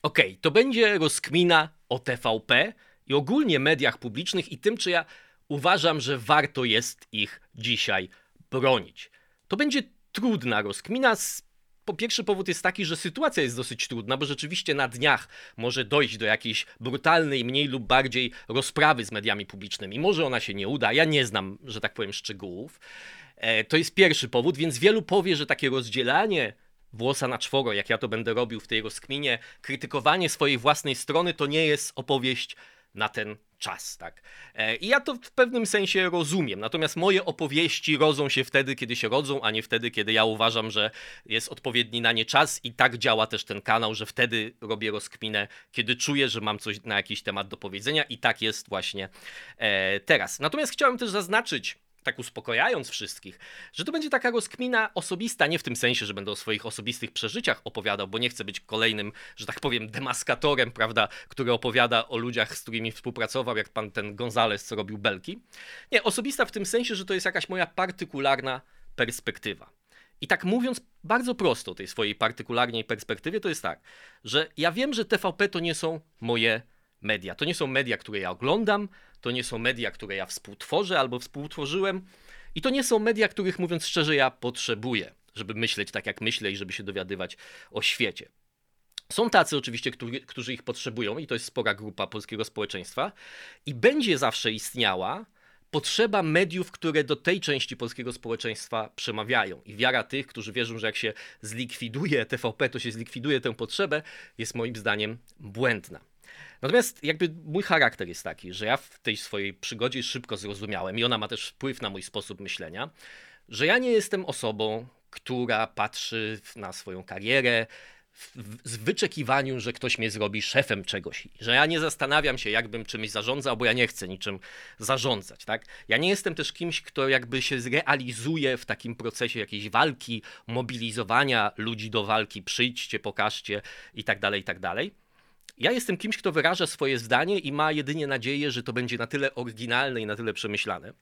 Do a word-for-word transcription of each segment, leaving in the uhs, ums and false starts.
Okej, okay, to będzie rozkmina o T V P i ogólnie mediach publicznych i tym, czy ja uważam, że warto jest ich dzisiaj bronić. To będzie trudna rozkmina. Po pierwszy powód jest taki, że sytuacja jest dosyć trudna, bo rzeczywiście na dniach może dojść do jakiejś brutalnej, mniej lub bardziej rozprawy z mediami publicznymi. Może ona się nie uda, ja nie znam, że tak powiem, szczegółów. To jest pierwszy powód, więc wielu powie, że takie rozdzielanie włosa na czworo, jak ja to będę robił w tej rozkminie, krytykowanie swojej własnej strony to nie jest opowieść na ten czas, tak? I ja to w pewnym sensie rozumiem, natomiast moje opowieści rodzą się wtedy, kiedy się rodzą, a nie wtedy, kiedy ja uważam, że jest odpowiedni na nie czas i tak działa też ten kanał, że wtedy robię rozkminę, kiedy czuję, że mam coś na jakiś temat do powiedzenia i tak jest właśnie e, teraz. Natomiast chciałem też zaznaczyć, tak uspokajając wszystkich, że to będzie taka rozkmina osobista, nie w tym sensie, że będę o swoich osobistych przeżyciach opowiadał, bo nie chcę być kolejnym, że tak powiem, demaskatorem, prawda, który opowiada o ludziach, z którymi współpracował, jak pan ten Gonzales, co robił belki. Nie, osobista w tym sensie, że to jest jakaś moja partykularna perspektywa. I tak mówiąc bardzo prosto o tej swojej partykularnej perspektywie, to jest tak, że ja wiem, że T V P to nie są moje media. To nie są media, które ja oglądam, to nie są media, które ja współtworzę albo współtworzyłem i to nie są media, których, mówiąc szczerze, ja potrzebuję, żeby myśleć tak, jak myślę i żeby się dowiadywać o świecie. Są tacy oczywiście, którzy, którzy ich potrzebują i to jest spora grupa polskiego społeczeństwa i będzie zawsze istniała potrzeba mediów, które do tej części polskiego społeczeństwa przemawiają. I wiara tych, którzy wierzą, że jak się zlikwiduje T V P, to się zlikwiduje tę potrzebę, jest moim zdaniem błędna. Natomiast jakby mój charakter jest taki, że ja w tej swojej przygodzie szybko zrozumiałem i ona ma też wpływ na mój sposób myślenia, że ja nie jestem osobą, która patrzy na swoją karierę w, w, z wyczekiwaniem, że ktoś mnie zrobi szefem czegoś. Że ja nie zastanawiam się, jakbym czymś zarządzał, bo ja nie chcę niczym zarządzać. Tak? Ja nie jestem też kimś, kto jakby się zrealizuje w takim procesie jakiejś walki, mobilizowania ludzi do walki, przyjdźcie, pokażcie i tak dalej, i tak dalej. Ja jestem kimś, kto wyraża swoje zdanie i ma jedynie nadzieję, że to będzie na tyle oryginalne i na tyle przemyślane,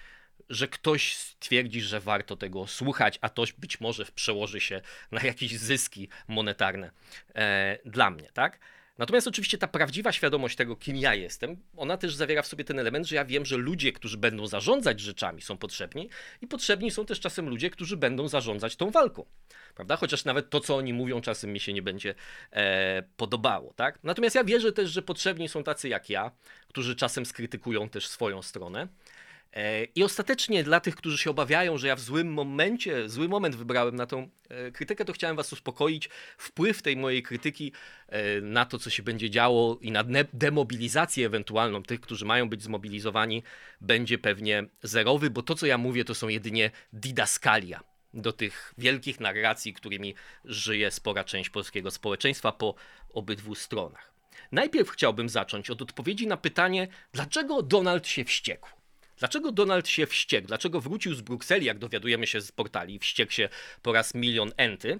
że ktoś stwierdzi, że warto tego słuchać, a to być może przełoży się na jakieś zyski monetarne e, dla mnie, tak? Natomiast oczywiście ta prawdziwa świadomość tego, kim ja jestem, ona też zawiera w sobie ten element, że ja wiem, że ludzie, którzy będą zarządzać rzeczami, są potrzebni i potrzebni są też czasem ludzie, którzy będą zarządzać tą walką, prawda? Chociaż nawet to, co oni mówią, czasem mi się nie będzie e, podobało, tak? Natomiast ja wierzę też, że potrzebni są tacy jak ja, którzy czasem skrytykują też swoją stronę. I ostatecznie dla tych, którzy się obawiają, że ja w złym momencie, zły moment wybrałem na tą krytykę, to chciałem was uspokoić. Wpływ tej mojej krytyki na to, co się będzie działo i na demobilizację ewentualną tych, którzy mają być zmobilizowani, będzie pewnie zerowy, bo to, co ja mówię, to są jedynie didaskalia do tych wielkich narracji, którymi żyje spora część polskiego społeczeństwa po obydwu stronach. Najpierw chciałbym zacząć od odpowiedzi na pytanie, dlaczego Donald się wściekł. Dlaczego Donald się wściekł? Dlaczego wrócił z Brukseli, jak dowiadujemy się z portali, wściekł się po raz milion enty,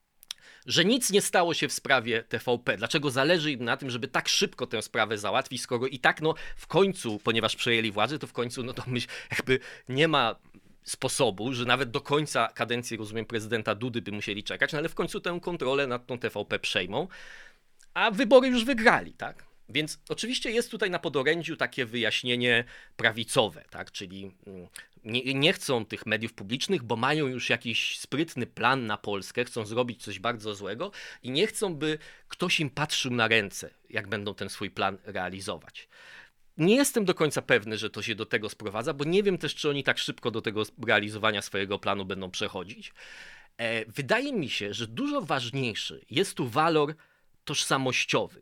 że nic nie stało się w sprawie T V P? Dlaczego zależy im na tym, żeby tak szybko tę sprawę załatwić, skoro i tak no w końcu, ponieważ przejęli władzę, to w końcu no to myśl, jakby nie ma sposobu, że nawet do końca kadencji, rozumiem, prezydenta Dudy by musieli czekać, no ale w końcu tę kontrolę nad tą T V P przejmą, a wybory już wygrali, tak? Więc oczywiście jest tutaj na podorędziu takie wyjaśnienie prawicowe, tak? Czyli nie, nie chcą tych mediów publicznych, bo mają już jakiś sprytny plan na Polskę, chcą zrobić coś bardzo złego i nie chcą, by ktoś im patrzył na ręce, jak będą ten swój plan realizować. Nie jestem do końca pewny, że to się do tego sprowadza, bo nie wiem też, czy oni tak szybko do tego realizowania swojego planu będą przechodzić. Wydaje mi się, że dużo ważniejszy jest tu walor tożsamościowy.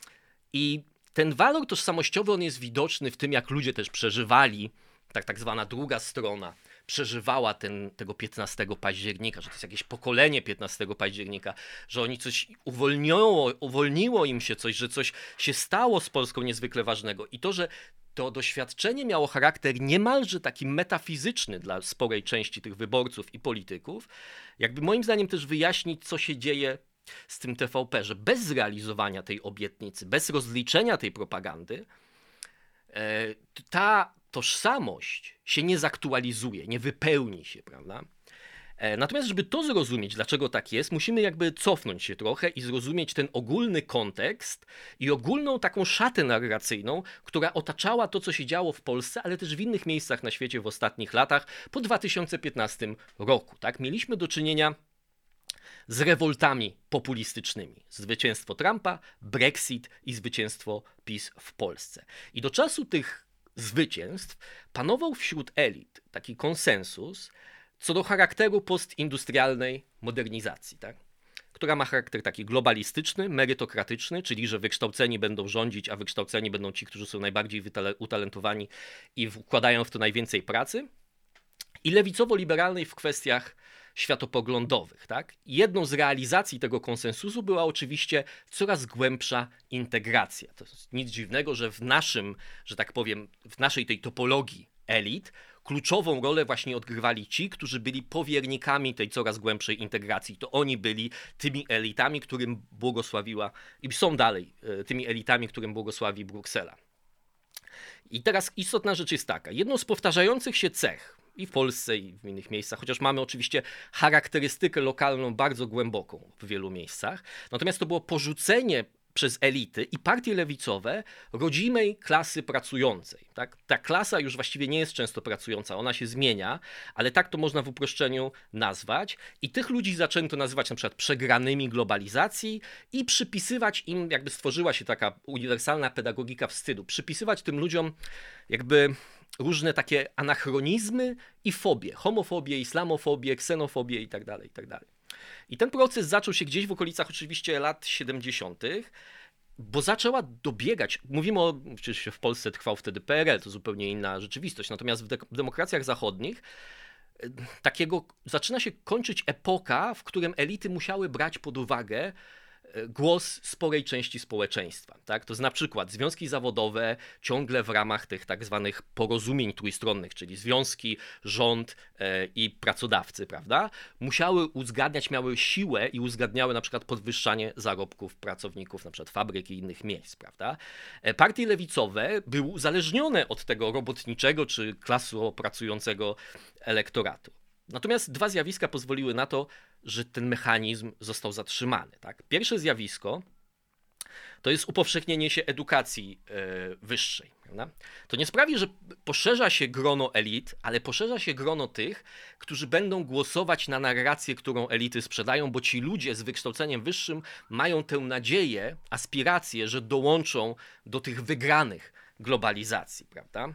I ten walor tożsamościowy, on jest widoczny w tym, jak ludzie też przeżywali, tak, tak zwana druga strona przeżywała ten, tego piętnastego października, że to jest jakieś pokolenie piętnastego października, że oni coś uwolniło, uwolniło im się coś, że coś się stało z Polską niezwykle ważnego. I to, że to doświadczenie miało charakter niemalże taki metafizyczny dla sporej części tych wyborców i polityków, jakby moim zdaniem też wyjaśnić, co się dzieje z tym T V P, że bez zrealizowania tej obietnicy, bez rozliczenia tej propagandy, ta tożsamość się nie zaktualizuje, nie wypełni się, prawda? Natomiast, żeby to zrozumieć, dlaczego tak jest, musimy jakby cofnąć się trochę i zrozumieć ten ogólny kontekst i ogólną taką szatę narracyjną, która otaczała to, co się działo w Polsce, ale też w innych miejscach na świecie w ostatnich latach po dwa tysiące piętnastym roku. Tak? Mieliśmy do czynienia z rewoltami populistycznymi. Zwycięstwo Trumpa, Brexit i zwycięstwo PiS w Polsce. I do czasu tych zwycięstw panował wśród elit taki konsensus co do charakteru postindustrialnej modernizacji, tak? Która ma charakter taki globalistyczny, merytokratyczny, czyli że wykształceni będą rządzić, a wykształceni będą ci, którzy są najbardziej utalentowani i wkładają w to najwięcej pracy, i lewicowo-liberalnej w kwestiach światopoglądowych. Tak? Jedną z realizacji tego konsensusu była oczywiście coraz głębsza integracja. To jest nic dziwnego, że w naszym, że tak powiem, w naszej tej topologii elit kluczową rolę właśnie odgrywali ci, którzy byli powiernikami tej coraz głębszej integracji. To oni byli tymi elitami, którym błogosławiła i są dalej tymi elitami, którym błogosławi Bruksela. I teraz istotna rzecz jest taka. Jedną z powtarzających się cech i w Polsce, i w innych miejscach, chociaż mamy oczywiście charakterystykę lokalną bardzo głęboką w wielu miejscach. Natomiast to było porzucenie przez elity i partie lewicowe rodzimej klasy pracującej. Tak? Ta klasa już właściwie nie jest często pracująca, ona się zmienia, ale tak to można w uproszczeniu nazwać. I tych ludzi zaczęto nazywać na przykład przegranymi globalizacji i przypisywać im, jakby stworzyła się taka uniwersalna pedagogika wstydu, przypisywać tym ludziom jakby różne takie anachronizmy i fobie, homofobię, islamofobię, ksenofobię itd., itd. I ten proces zaczął się gdzieś w okolicach oczywiście lat siedemdziesiątych, bo zaczęła dobiegać, mówimy o, przecież w Polsce trwał wtedy P R L, to zupełnie inna rzeczywistość, natomiast w, de- w demokracjach zachodnich takiego zaczyna się kończyć epoka, w którym elity musiały brać pod uwagę głos sporej części społeczeństwa. Tak? To jest na przykład związki zawodowe ciągle w ramach tych tak zwanych porozumień trójstronnych, czyli związki, rząd e, i pracodawcy, prawda? Musiały uzgadniać, miały siłę i uzgadniały na przykład podwyższanie zarobków pracowników, na przykład fabryk i innych miejsc, prawda? E, partie lewicowe były uzależnione od tego robotniczego czy klasopracującego elektoratu. Natomiast dwa zjawiska pozwoliły na to, że ten mechanizm został zatrzymany. Tak? Pierwsze zjawisko to jest upowszechnienie się edukacji yy, wyższej. Prawda? To nie sprawi, że poszerza się grono elit, ale poszerza się grono tych, którzy będą głosować na narrację, którą elity sprzedają, bo ci ludzie z wykształceniem wyższym mają tę nadzieję, aspirację, że dołączą do tych wygranych globalizacji. Prawda?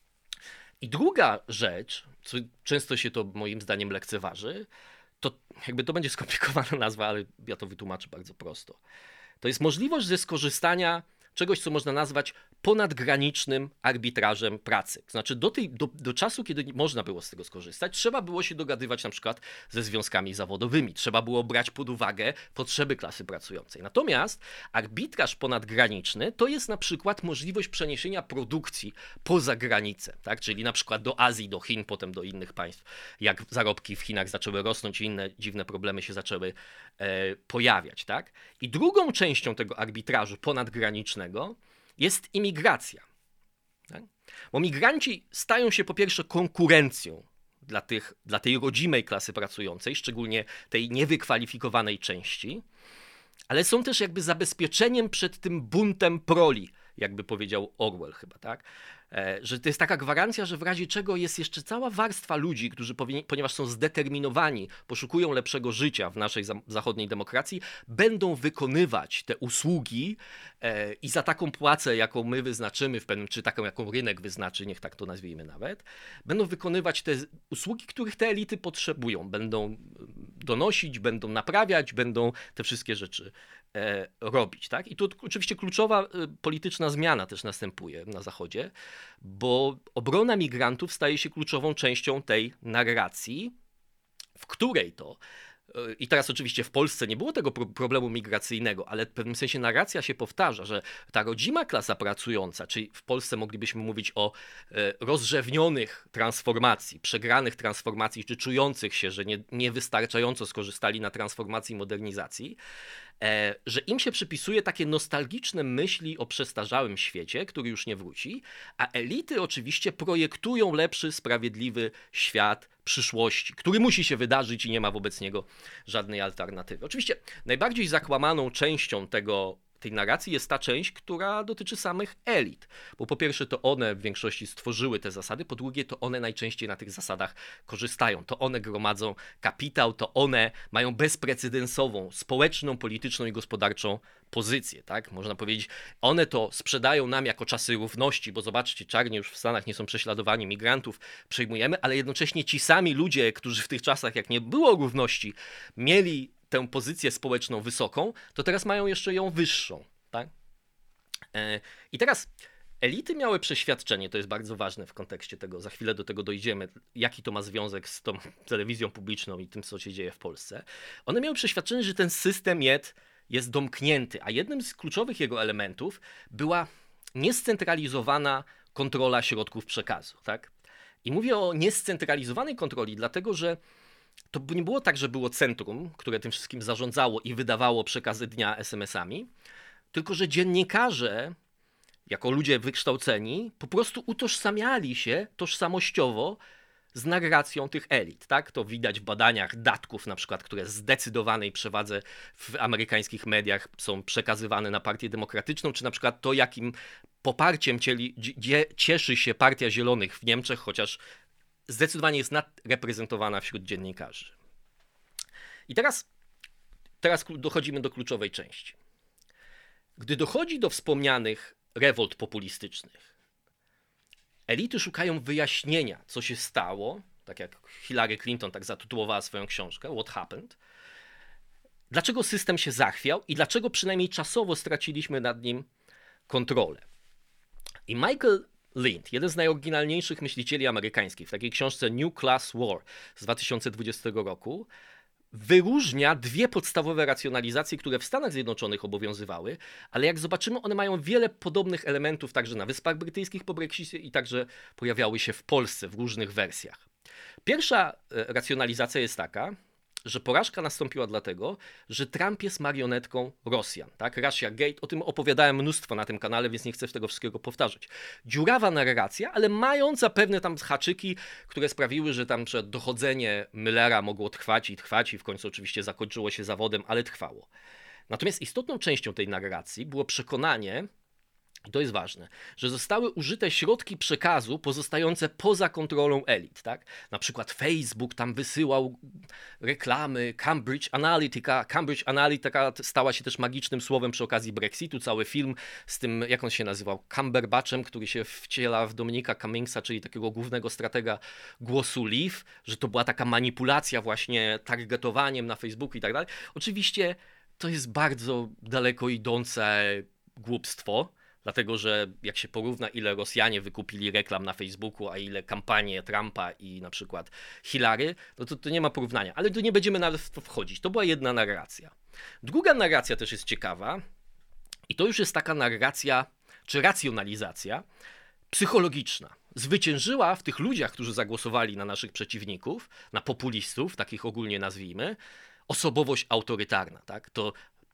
I druga rzecz, co często się to moim zdaniem lekceważy, to jakby to będzie skomplikowana nazwa, ale ja to wytłumaczę bardzo prosto. To jest możliwość ze skorzystania czegoś, co można nazwać ponadgranicznym arbitrażem pracy. To znaczy do, tej, do, do czasu, kiedy można było z tego skorzystać, trzeba było się dogadywać na przykład ze związkami zawodowymi. Trzeba było brać pod uwagę potrzeby klasy pracującej. Natomiast arbitraż ponadgraniczny to jest na przykład możliwość przeniesienia produkcji poza granicę, tak? Czyli na przykład do Azji, do Chin, potem do innych państw. Jak zarobki w Chinach zaczęły rosnąć i inne dziwne problemy się zaczęły e, pojawiać. Tak? I drugą częścią tego arbitrażu ponadgranicznego jest imigracja. Tak? Bo migranci stają się po pierwsze konkurencją dla, tych, dla tej rodzimej klasy pracującej, szczególnie tej niewykwalifikowanej części, ale są też jakby zabezpieczeniem przed tym buntem proli, jakby powiedział Orwell chyba, tak? E, że to jest taka gwarancja, że w razie czego jest jeszcze cała warstwa ludzi, którzy powinni, ponieważ są zdeterminowani, poszukują lepszego życia w naszej za, zachodniej demokracji, będą wykonywać te usługi e, i za taką płacę, jaką my wyznaczymy w pewnym, czy taką, jaką rynek wyznaczy, niech tak to nazwijmy nawet, będą wykonywać te usługi, których te elity potrzebują. Będą donosić, będą naprawiać, będą te wszystkie rzeczy e, robić. Tak? I tu oczywiście kluczowa e, polityczna zmiana też następuje na Zachodzie, bo obrona migrantów staje się kluczową częścią tej narracji, w której to, i teraz oczywiście w Polsce nie było tego problemu migracyjnego, ale w pewnym sensie narracja się powtarza, że ta rodzima klasa pracująca, czyli w Polsce moglibyśmy mówić o rozrzewnionych transformacji, przegranych transformacji, czy czujących się, że nie, niewystarczająco skorzystali na transformacji i modernizacji, że im się przypisuje takie nostalgiczne myśli o przestarzałym świecie, który już nie wróci, a elity oczywiście projektują lepszy, sprawiedliwy świat przyszłości, który musi się wydarzyć i nie ma wobec niego żadnej alternatywy. Oczywiście najbardziej zakłamaną częścią tego tej narracji jest ta część, która dotyczy samych elit. Bo po pierwsze to one w większości stworzyły te zasady, po drugie to one najczęściej na tych zasadach korzystają. To one gromadzą kapitał, to one mają bezprecedensową społeczną, polityczną i gospodarczą pozycję. Tak? Można powiedzieć, one to sprzedają nam jako czasy równości, bo zobaczcie, czarni już w Stanach nie są prześladowani, migrantów przejmujemy, ale jednocześnie ci sami ludzie, którzy w tych czasach, jak nie było równości, mieli tę pozycję społeczną wysoką, to teraz mają jeszcze ją wyższą. Tak? I teraz elity miały przeświadczenie, to jest bardzo ważne w kontekście tego, za chwilę do tego dojdziemy, jaki to ma związek z tą telewizją publiczną i tym, co się dzieje w Polsce. One miały przeświadczenie, że ten system jest, jest domknięty, a jednym z kluczowych jego elementów była niescentralizowana kontrola środków przekazu. Tak? I mówię o niescentralizowanej kontroli, dlatego że to nie było tak, że było centrum, które tym wszystkim zarządzało i wydawało przekazy dnia es em esami, tylko że dziennikarze, jako ludzie wykształceni, po prostu utożsamiali się tożsamościowo z narracją tych elit. Tak? To widać w badaniach datków, na przykład, które w zdecydowanej przewadze w amerykańskich mediach są przekazywane na Partię Demokratyczną, czy na przykład to, jakim poparciem cieli, dzie, cieszy się Partia Zielonych w Niemczech, chociaż zdecydowanie jest nadreprezentowana wśród dziennikarzy. I teraz, teraz dochodzimy do kluczowej części. Gdy dochodzi do wspomnianych rewolt populistycznych, elity szukają wyjaśnienia, co się stało, tak jak Hillary Clinton tak zatytułowała swoją książkę, What Happened, dlaczego system się zachwiał i dlaczego przynajmniej czasowo straciliśmy nad nim kontrolę. I Michael Lind, jeden z najoryginalniejszych myślicieli amerykańskich, w takiej książce New Class War z dwa tysiące dwudziestego roku, wyróżnia dwie podstawowe racjonalizacje, które w Stanach Zjednoczonych obowiązywały, ale jak zobaczymy, one mają wiele podobnych elementów także na Wyspach Brytyjskich po Brexicie i także pojawiały się w Polsce w różnych wersjach. Pierwsza racjonalizacja jest taka, że porażka nastąpiła dlatego, że Trump jest marionetką Rosjan. Tak? Russia Gate, o tym opowiadałem mnóstwo na tym kanale, więc nie chcę tego wszystkiego powtarzać. Dziurawa narracja, ale mająca pewne tam haczyki, które sprawiły, że tam dochodzenie Müllera mogło trwać i trwać i w końcu oczywiście zakończyło się zawodem, ale trwało. Natomiast istotną częścią tej narracji było przekonanie, i to jest ważne, że zostały użyte środki przekazu pozostające poza kontrolą elit. Tak? Na przykład Facebook tam wysyłał reklamy, Cambridge Analytica. Cambridge Analytica stała się też magicznym słowem przy okazji Brexitu. Cały film z tym, jak on się nazywał, Cumberbatchem, który się wciela w Dominika Cummingsa, czyli takiego głównego stratega głosu Leave, że to była taka manipulacja właśnie targetowaniem na Facebooku i tak dalej. Oczywiście to jest bardzo daleko idące głupstwo, dlatego że jak się porówna, ile Rosjanie wykupili reklam na Facebooku, a ile kampanie Trumpa i na przykład Hillary, no to, to nie ma porównania. Ale tu nie będziemy nawet w to wchodzić. To była jedna narracja. Druga narracja też jest ciekawa i to już jest taka narracja, czy racjonalizacja psychologiczna. Zwyciężyła w tych ludziach, którzy zagłosowali na naszych przeciwników, na populistów, takich ogólnie nazwijmy, osobowość autorytarna. Tak? To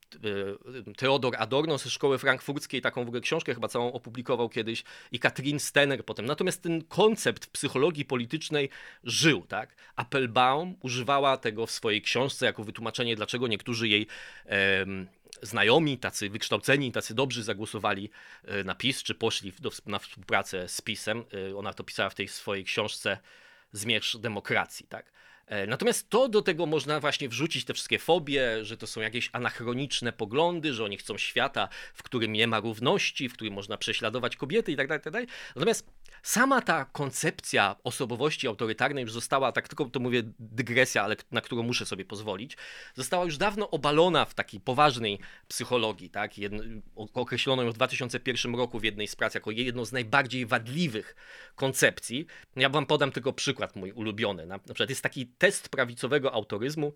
Theodor Adorno ze szkoły frankfurckiej, taką w ogóle książkę chyba całą opublikował kiedyś, i Katrin Stener potem. Natomiast ten koncept w psychologii politycznej żył. Tak? Applebaum używała tego w swojej książce jako wytłumaczenie, dlaczego niektórzy jej e, znajomi, tacy wykształceni, tacy dobrzy zagłosowali na PiS, czy poszli do, na współpracę z PiS-em. Ona to pisała w tej swojej książce Zmierzch demokracji. Tak? Natomiast to do tego można właśnie wrzucić te wszystkie fobie, że to są jakieś anachroniczne poglądy, że oni chcą świata, w którym nie ma równości, w którym można prześladować kobiety i tak dalej, tak dalej. Natomiast sama ta koncepcja osobowości autorytarnej już została, tak tylko to mówię dygresja, ale na którą muszę sobie pozwolić, została już dawno obalona w takiej poważnej psychologii, tak? Jedno, określono ją w dwa tysiące pierwszym roku w jednej z prac jako jedną z najbardziej wadliwych koncepcji. Ja wam podam tylko przykład mój ulubiony. Na, na przykład jest taki test prawicowego autoryzmu,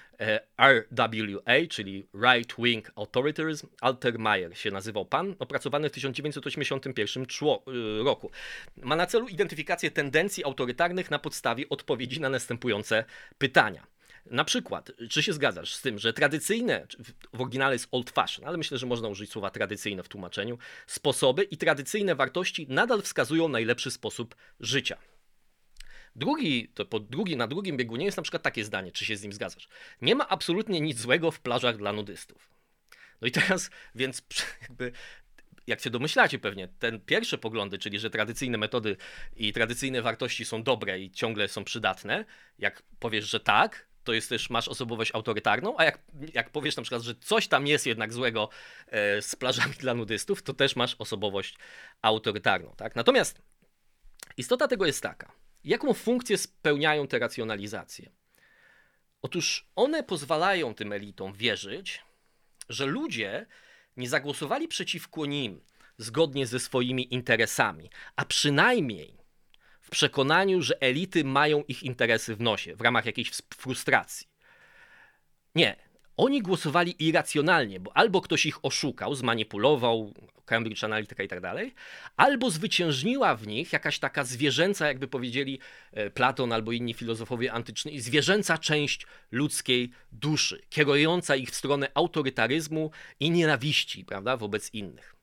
R W A, czyli Right Wing Authoritarism. Altermeyer się nazywał pan, opracowany w tysiąc dziewięćset osiemdziesiątym pierwszym roku. Ma na celu identyfikację tendencji autorytarnych na podstawie odpowiedzi na następujące pytania. Na przykład, czy się zgadzasz z tym, że tradycyjne, w oryginale jest old fashioned, ale myślę, że można użyć słowa tradycyjne w tłumaczeniu, sposoby i tradycyjne wartości nadal wskazują najlepszy sposób życia. Drugi, to po drugi, na drugim biegunie jest na przykład takie zdanie, czy się z nim zgadzasz. Nie ma absolutnie nic złego w plażach dla nudystów. No i teraz, więc jakby, jak się domyślacie pewnie, ten pierwsze poglądy, czyli że tradycyjne metody i tradycyjne wartości są dobre i ciągle są przydatne, jak powiesz, że tak, to jest też, masz osobowość autorytarną, a jak, jak powiesz na przykład, że coś tam jest jednak złego e, z plażami dla nudystów, to też masz osobowość autorytarną. Tak? Natomiast istota tego jest taka, jaką funkcję spełniają te racjonalizacje? Otóż one pozwalają tym elitom wierzyć, że ludzie nie zagłosowali przeciwko nim zgodnie ze swoimi interesami, a przynajmniej w przekonaniu, że elity mają ich interesy w nosie, w ramach jakiejś frustracji. Nie. Oni głosowali irracjonalnie, bo albo ktoś ich oszukał, zmanipulował, Cambridge Analytica i tak dalej, albo zwyciężniła w nich jakaś taka zwierzęca, jakby powiedzieli Platon albo inni filozofowie antyczni, zwierzęca część ludzkiej duszy, kierująca ich w stronę autorytaryzmu i nienawiści, prawda, wobec innych.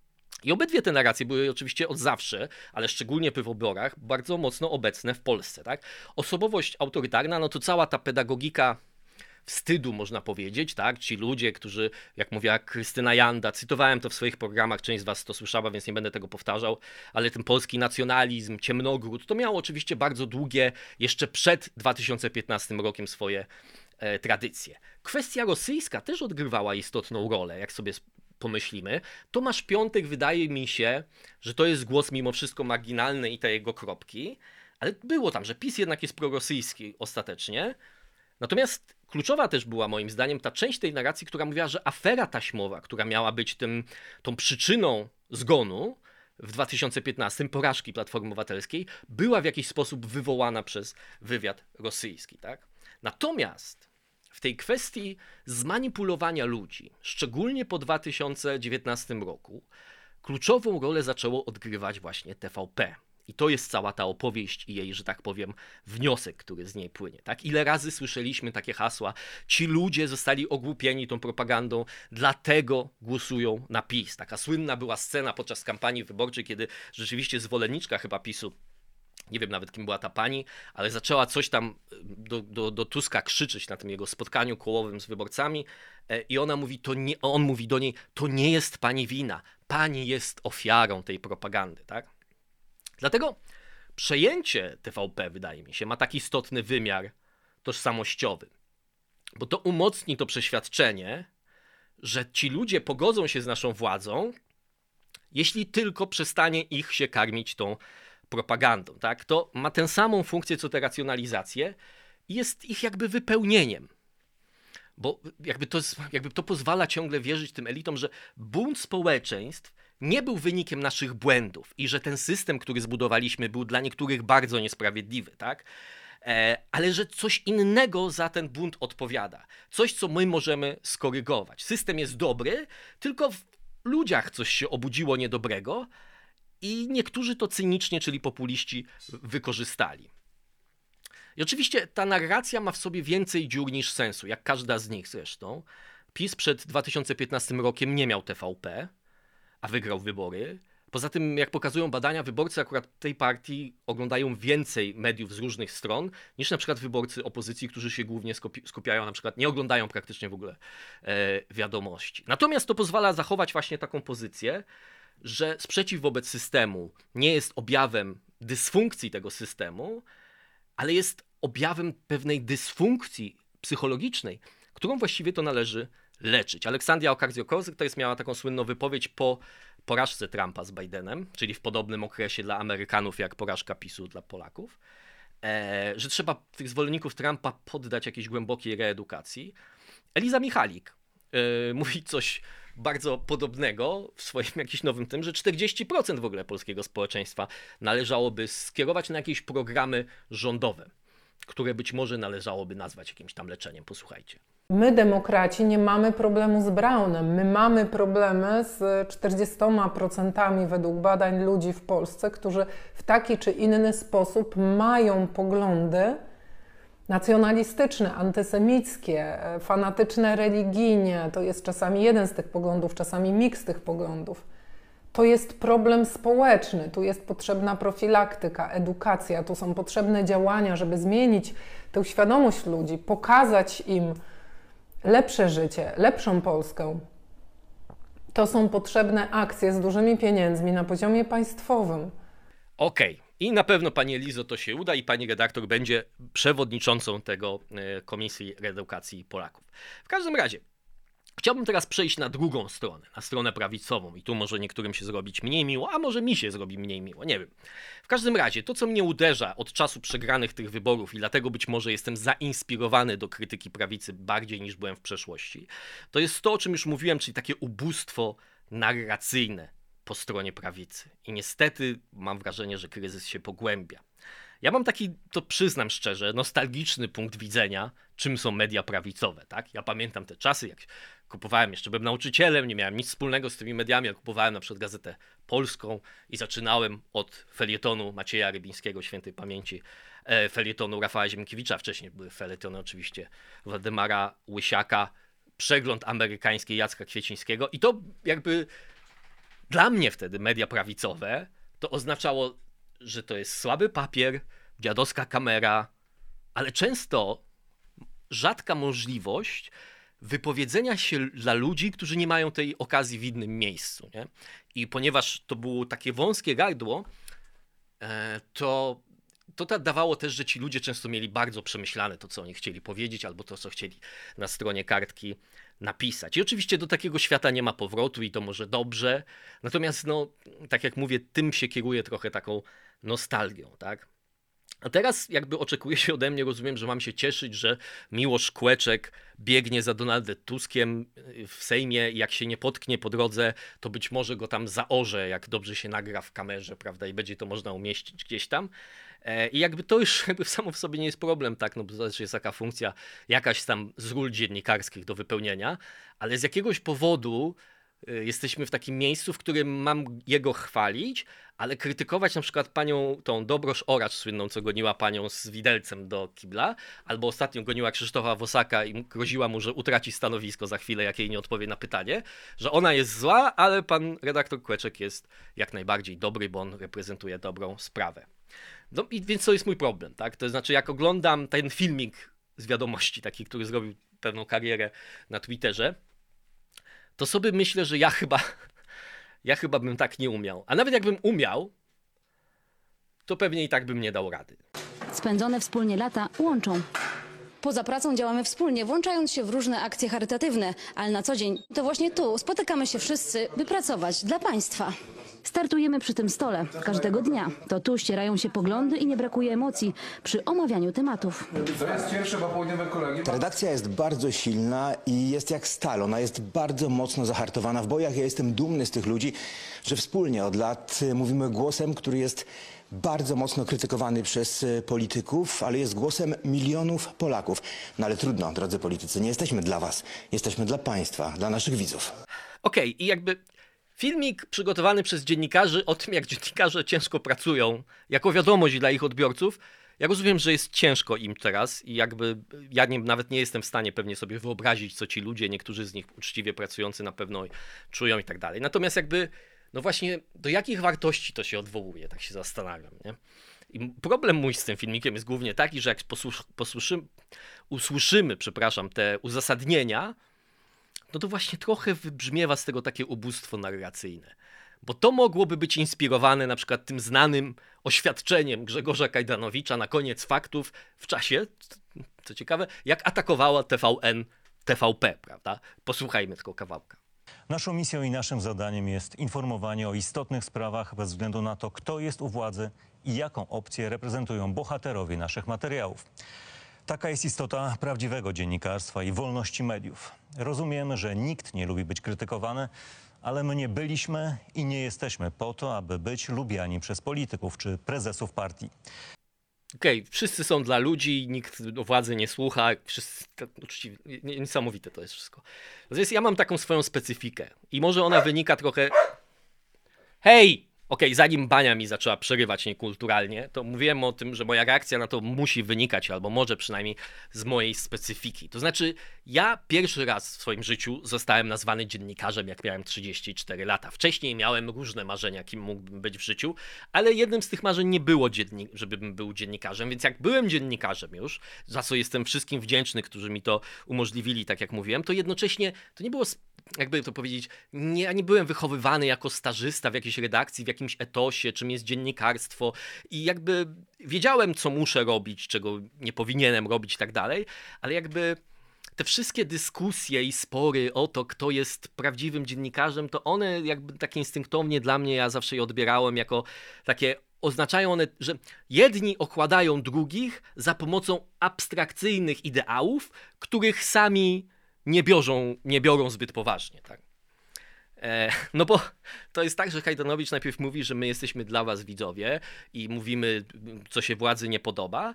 I obydwie te narracje były oczywiście od zawsze, ale szczególnie po wyborach, bardzo mocno obecne w Polsce. Tak? Osobowość autorytarna, no to cała ta pedagogika wstydu, można powiedzieć, tak? Ci ludzie, którzy, jak mówiła Krystyna Janda, cytowałem to w swoich programach, część z was to słyszała, więc nie będę tego powtarzał, ale ten polski nacjonalizm, ciemnogród, to miało oczywiście bardzo długie, jeszcze przed dwa tysiące piętnastym rokiem swoje e, tradycje. Kwestia rosyjska też odgrywała istotną rolę, jak sobie pomyślimy. Tomasz Piątek, wydaje mi się, że to jest głos mimo wszystko marginalny i te jego kropki, ale było tam, że PiS jednak jest prorosyjski ostatecznie. Natomiast kluczowa też była moim zdaniem ta część tej narracji, która mówiła, że afera taśmowa, która miała być tym, tą przyczyną zgonu w dwa tysiące piętnastym, porażki Platformy Obywatelskiej, była w jakiś sposób wywołana przez wywiad rosyjski. Tak? Natomiast w tej kwestii zmanipulowania ludzi, szczególnie po dwa tysiące dziewiętnastym roku, kluczową rolę zaczęło odgrywać właśnie T V P. I to jest cała ta opowieść i jej, że tak powiem, wniosek, który z niej płynie. Tak? Ile razy słyszeliśmy takie hasła, ci ludzie zostali ogłupieni tą propagandą, dlatego głosują na PiS. Taka słynna była scena podczas kampanii wyborczej, kiedy rzeczywiście zwolenniczka chyba PiSu, nie wiem nawet kim była ta pani, ale zaczęła coś tam do, do, do Tuska krzyczeć na tym jego spotkaniu kołowym z wyborcami i ona mówi, to nie, on mówi do niej, to nie jest pani wina, pani jest ofiarą tej propagandy. Tak? Dlatego przejęcie T V P, wydaje mi się, ma taki istotny wymiar tożsamościowy, bo to umocni to przeświadczenie, że ci ludzie pogodzą się z naszą władzą, jeśli tylko przestanie ich się karmić tą propagandą. Tak? To ma tę samą funkcję co te racjonalizacje i jest ich jakby wypełnieniem. Bo jakby to, jakby to pozwala ciągle wierzyć tym elitom, że bunt społeczeństw nie był wynikiem naszych błędów i że ten system, który zbudowaliśmy, był dla niektórych bardzo niesprawiedliwy, tak? E, ale że coś innego za ten bunt odpowiada. Coś, co my możemy skorygować. System jest dobry, tylko w ludziach coś się obudziło niedobrego i niektórzy to cynicznie, czyli populiści, wykorzystali. I oczywiście ta narracja ma w sobie więcej dziur niż sensu, jak każda z nich zresztą. PiS przed dwa tysiące piętnastym rokiem nie miał T V P, a wygrał wybory. Poza tym, jak pokazują badania, wyborcy akurat tej partii oglądają więcej mediów z różnych stron, niż na przykład wyborcy opozycji, którzy się głównie skupiają, na przykład nie oglądają praktycznie w ogóle e, wiadomości. Natomiast to pozwala zachować właśnie taką pozycję, że sprzeciw wobec systemu nie jest objawem dysfunkcji tego systemu, ale jest objawem pewnej dysfunkcji psychologicznej, którą właściwie to należy leczyć. Aleksandria Ocasio-Cortez to jest miała taką słynną wypowiedź po porażce Trumpa z Bidenem, czyli w podobnym okresie dla Amerykanów jak porażka PiSu dla Polaków, e, że trzeba tych zwolenników Trumpa poddać jakiejś głębokiej reedukacji. Eliza Michalik e, mówi coś bardzo podobnego w swoim jakimś nowym tym, że czterdzieści procent w ogóle polskiego społeczeństwa należałoby skierować na jakieś programy rządowe, które być może należałoby nazwać jakimś tam leczeniem. Posłuchajcie. My, demokraci, nie mamy problemu z Braunem. My mamy problemy z czterdziestoma procentami według badań ludzi w Polsce, którzy w taki czy inny sposób mają poglądy nacjonalistyczne, antysemickie, fanatyczne religijnie. To jest czasami jeden z tych poglądów, czasami miks tych poglądów. To jest problem społeczny, tu jest potrzebna profilaktyka, edukacja, tu są potrzebne działania, żeby zmienić tę świadomość ludzi, pokazać im lepsze życie, lepszą Polskę. To są potrzebne akcje z dużymi pieniędzmi na poziomie państwowym. Okej. Okay. I na pewno pani Elizo to się uda i pani redaktor będzie przewodniczącą tego Komisji Reedukacji Polaków. W każdym razie, chciałbym teraz przejść na drugą stronę, na stronę prawicową i tu może niektórym się zrobić mniej miło, a może mi się zrobi mniej miło, nie wiem. W każdym razie, to co mnie uderza od czasu przegranych tych wyborów i dlatego być może jestem zainspirowany do krytyki prawicy bardziej niż byłem w przeszłości, to jest to, o czym już mówiłem, czyli takie ubóstwo narracyjne po stronie prawicy. I niestety mam wrażenie, że kryzys się pogłębia. Ja mam taki, to przyznam szczerze, nostalgiczny punkt widzenia, czym są media prawicowe. Tak? Ja pamiętam te czasy, jak kupowałem, jeszcze byłem nauczycielem, nie miałem nic wspólnego z tymi mediami, jak kupowałem na przykład Gazetę Polską i zaczynałem od felietonu Macieja Rybińskiego, świętej pamięci, e, felietonu Rafała Ziemkiewicza, wcześniej były felietony oczywiście Waldemara Łysiaka, przegląd amerykański Jacka Kwiecińskiego i to jakby dla mnie wtedy media prawicowe to oznaczało, że to jest słaby papier, dziadowska kamera, ale często rzadka możliwość wypowiedzenia się dla ludzi, którzy nie mają tej okazji w innym miejscu. Nie? I ponieważ to było takie wąskie gardło, to to dawało też, że ci ludzie często mieli bardzo przemyślane to, co oni chcieli powiedzieć, albo to, co chcieli na stronie kartki napisać. I oczywiście do takiego świata nie ma powrotu i to może dobrze, natomiast no, tak jak mówię, tym się kieruje trochę taką nostalgią, tak? A teraz jakby oczekuje się ode mnie, rozumiem, że mam się cieszyć, że Miłosz Kłeczek biegnie za Donaldem Tuskiem w Sejmie i jak się nie potknie po drodze, to być może go tam zaorze, jak dobrze się nagra w kamerze, prawda, i będzie to można umieścić gdzieś tam. I jakby to już jakby samo w sobie nie jest problem, tak, no bo to jest taka funkcja jakaś tam z ról dziennikarskich do wypełnienia, ale z jakiegoś powodu jesteśmy w takim miejscu, w którym mam jego chwalić, ale krytykować na przykład panią tą Dobrosz Oracz słynną, co goniła panią z widelcem do kibla, albo ostatnio goniła Krzysztofa Wosaka i groziła mu, że utraci stanowisko za chwilę, jak jej nie odpowie na pytanie, że ona jest zła, ale pan redaktor Kłeczek jest jak najbardziej dobry, bo on reprezentuje dobrą sprawę. No i więc to jest mój problem, tak? To znaczy, jak oglądam ten filmik z Wiadomości, taki, który zrobił pewną karierę na Twitterze, to sobie myślę, że ja chyba, ja chyba bym tak nie umiał. A nawet jakbym umiał, to pewnie i tak bym nie dał rady. Spędzone wspólnie lata łączą. Poza pracą działamy wspólnie, włączając się w różne akcje charytatywne, ale na co dzień to właśnie tu spotykamy się wszyscy, by pracować dla państwa. Startujemy przy tym stole każdego dnia. To tu ścierają się poglądy i nie brakuje emocji przy omawianiu tematów. To jest pierwsze popołudniowe kolegium. Ta redakcja jest bardzo silna i jest jak stal. Ona jest bardzo mocno zahartowana w bojach. Ja jestem dumny z tych ludzi, że wspólnie od lat mówimy głosem, który jest bardzo mocno krytykowany przez polityków, ale jest głosem milionów Polaków. No ale trudno, drodzy politycy, nie jesteśmy dla was. Jesteśmy dla państwa, dla naszych widzów. Okej, okay, i jakby filmik przygotowany przez dziennikarzy o tym, jak dziennikarze ciężko pracują, jako wiadomość dla ich odbiorców. Ja rozumiem, że jest ciężko im teraz i jakby ja nie, nawet nie jestem w stanie pewnie sobie wyobrazić, co ci ludzie, niektórzy z nich uczciwie pracujący na pewno czują i tak dalej. Natomiast jakby, no właśnie, do jakich wartości to się odwołuje, tak się zastanawiam, nie? I problem mój z tym filmikiem jest głównie taki, że jak posłuch, posłyszymy, usłyszymy, przepraszam, te uzasadnienia, no to właśnie trochę wybrzmiewa z tego takie ubóstwo narracyjne. Bo to mogłoby być inspirowane na przykład tym znanym oświadczeniem Grzegorza Kajdanowicza na koniec faktów w czasie, co ciekawe, jak atakowała T V N T V P, prawda? Posłuchajmy tylko kawałka. Naszą misją i naszym zadaniem jest informowanie o istotnych sprawach bez względu na to, kto jest u władzy i jaką opcję reprezentują bohaterowie naszych materiałów. Taka jest istota prawdziwego dziennikarstwa i wolności mediów. Rozumiemy, że nikt nie lubi być krytykowany, ale my nie byliśmy i nie jesteśmy po to, aby być lubiani przez polityków czy prezesów partii. Okej, okay, wszyscy są dla ludzi, nikt o władzy nie słucha, wszyscy, uczciwie, niesamowite to jest wszystko. Natomiast ja mam taką swoją specyfikę i może ona wynika trochę... Hej! Okej, zanim Bania mi zaczęła przerywać niekulturalnie, to mówiłem o tym, że moja reakcja na to musi wynikać, albo może przynajmniej z mojej specyfiki. To znaczy, ja pierwszy raz w swoim życiu zostałem nazwany dziennikarzem, jak miałem trzydzieści cztery lata. Wcześniej miałem różne marzenia, kim mógłbym być w życiu, ale jednym z tych marzeń nie było, dziennik- żebym był dziennikarzem, więc jak byłem dziennikarzem już, za co jestem wszystkim wdzięczny, którzy mi to umożliwili, tak jak mówiłem, to jednocześnie to nie było, jakby to powiedzieć, nie, ja nie byłem wychowywany jako stażysta w jakiejś redakcji, w jakimś etosie, czym jest dziennikarstwo i jakby wiedziałem, co muszę robić, czego nie powinienem robić i tak dalej, ale jakby te wszystkie dyskusje i spory o to, kto jest prawdziwym dziennikarzem, to one jakby tak instynktownie dla mnie, ja zawsze je odbierałem jako takie, oznaczają one, że jedni okładają drugich za pomocą abstrakcyjnych ideałów, których sami nie biorą, nie biorą zbyt poważnie, tak? E, no bo to jest tak, że Hajdanowicz najpierw mówi, że my jesteśmy dla was widzowie i mówimy, co się władzy nie podoba,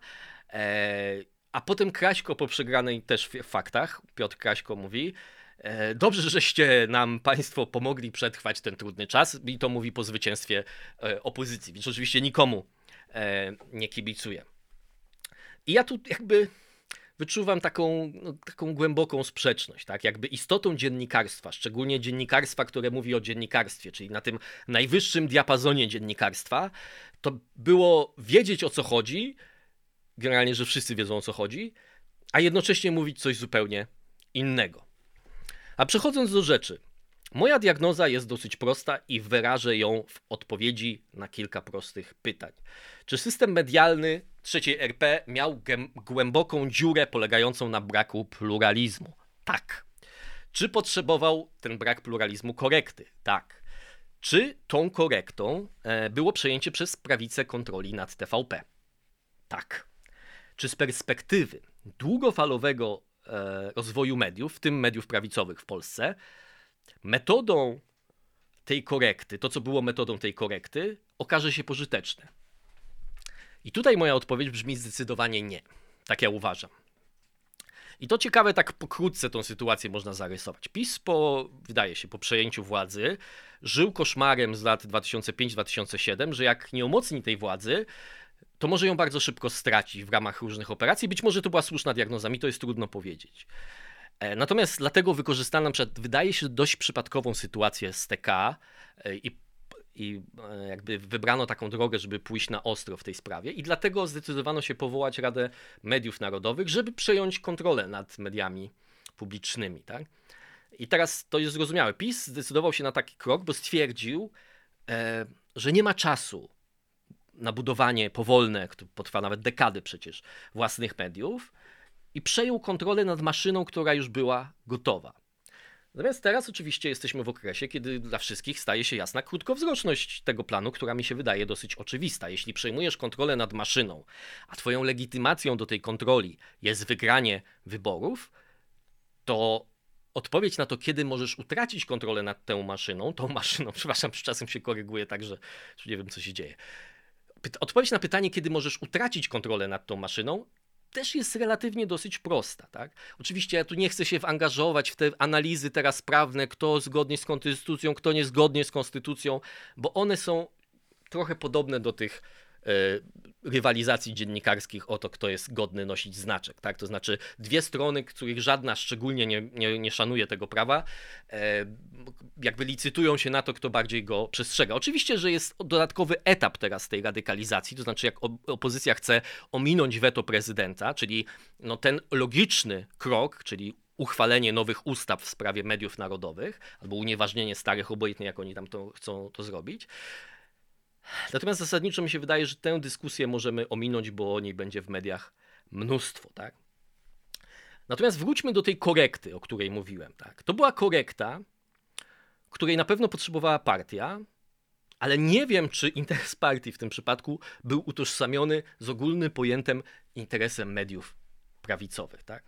e, a potem Kraśko po przegranej też w faktach, Piotr Kraśko mówi, e, dobrze, żeście nam państwo pomogli przetrwać ten trudny czas i to mówi po zwycięstwie e, opozycji, więc oczywiście nikomu e, nie kibicuję. I ja tu jakby wyczuwam taką, no, taką głęboką sprzeczność, tak? Jakby istotą dziennikarstwa, szczególnie dziennikarstwa, które mówi o dziennikarstwie, czyli na tym najwyższym diapazonie dziennikarstwa, to było wiedzieć, o co chodzi, generalnie, że wszyscy wiedzą, o co chodzi, a jednocześnie mówić coś zupełnie innego. A przechodząc do rzeczy, moja diagnoza jest dosyć prosta i wyrażę ją w odpowiedzi na kilka prostych pytań. Czy system medialny trzeciej R P miał głęboką dziurę polegającą na braku pluralizmu? Tak. Czy potrzebował ten brak pluralizmu korekty? Tak. Czy tą korektą było przejęcie przez prawicę kontroli nad T V P? Tak. Czy z perspektywy długofalowego rozwoju mediów, w tym mediów prawicowych w Polsce, metodą tej korekty, to co było metodą tej korekty, okaże się pożyteczne? I tutaj moja odpowiedź brzmi zdecydowanie nie. Tak ja uważam. I to ciekawe, tak pokrótce tą sytuację można zarysować. PiS po, wydaje się, po przejęciu władzy żył koszmarem z lat dwa tysiące piąty do dwa tysiące siódmego, że jak nie umocni tej władzy, to może ją bardzo szybko stracić w ramach różnych operacji. Być może to była słuszna diagnoza, mi to jest trudno powiedzieć. Natomiast dlatego wykorzystano na przykład, wydaje się, dość przypadkową sytuację z T K i, i jakby wybrano taką drogę, żeby pójść na ostro w tej sprawie i dlatego zdecydowano się powołać Radę Mediów Narodowych, żeby przejąć kontrolę nad mediami publicznymi, tak? I teraz to jest zrozumiałe. PiS zdecydował się na taki krok, bo stwierdził, e, że nie ma czasu na budowanie powolne, które potrwa nawet dekady przecież, własnych mediów, i przejął kontrolę nad maszyną, która już była gotowa. Natomiast teraz oczywiście jesteśmy w okresie, kiedy dla wszystkich staje się jasna krótkowzroczność tego planu, która mi się wydaje dosyć oczywista. Jeśli przejmujesz kontrolę nad maszyną, a twoją legitymacją do tej kontroli jest wygranie wyborów, to odpowiedź na to, kiedy możesz utracić kontrolę nad tą maszyną, tą maszyną, przepraszam, czasem się koryguje tak, że nie wiem, co się dzieje. Odpowiedź na pytanie, kiedy możesz utracić kontrolę nad tą maszyną, też jest relatywnie dosyć prosta, tak? Oczywiście ja tu nie chcę się angażować w te analizy teraz prawne, kto zgodnie z konstytucją, kto niezgodnie z konstytucją, bo one są trochę podobne do tych e, rywalizacji dziennikarskich o to, kto jest godny nosić znaczek, tak? To znaczy dwie strony, których żadna szczególnie nie, nie, nie szanuje tego prawa, e, jakby licytują się na to, kto bardziej go przestrzega. Oczywiście, że jest dodatkowy etap teraz tej radykalizacji, to znaczy jak opozycja chce ominąć weto prezydenta, czyli no ten logiczny krok, czyli uchwalenie nowych ustaw w sprawie mediów narodowych, albo unieważnienie starych, obojętnie jak oni tam to chcą to zrobić. Natomiast zasadniczo mi się wydaje, że tę dyskusję możemy ominąć, bo o niej będzie w mediach mnóstwo, tak? Natomiast wróćmy do tej korekty, o której mówiłem, tak? To była korekta, której na pewno potrzebowała partia, ale nie wiem, czy interes partii w tym przypadku był utożsamiony z ogólnym pojętym interesem mediów prawicowych, tak?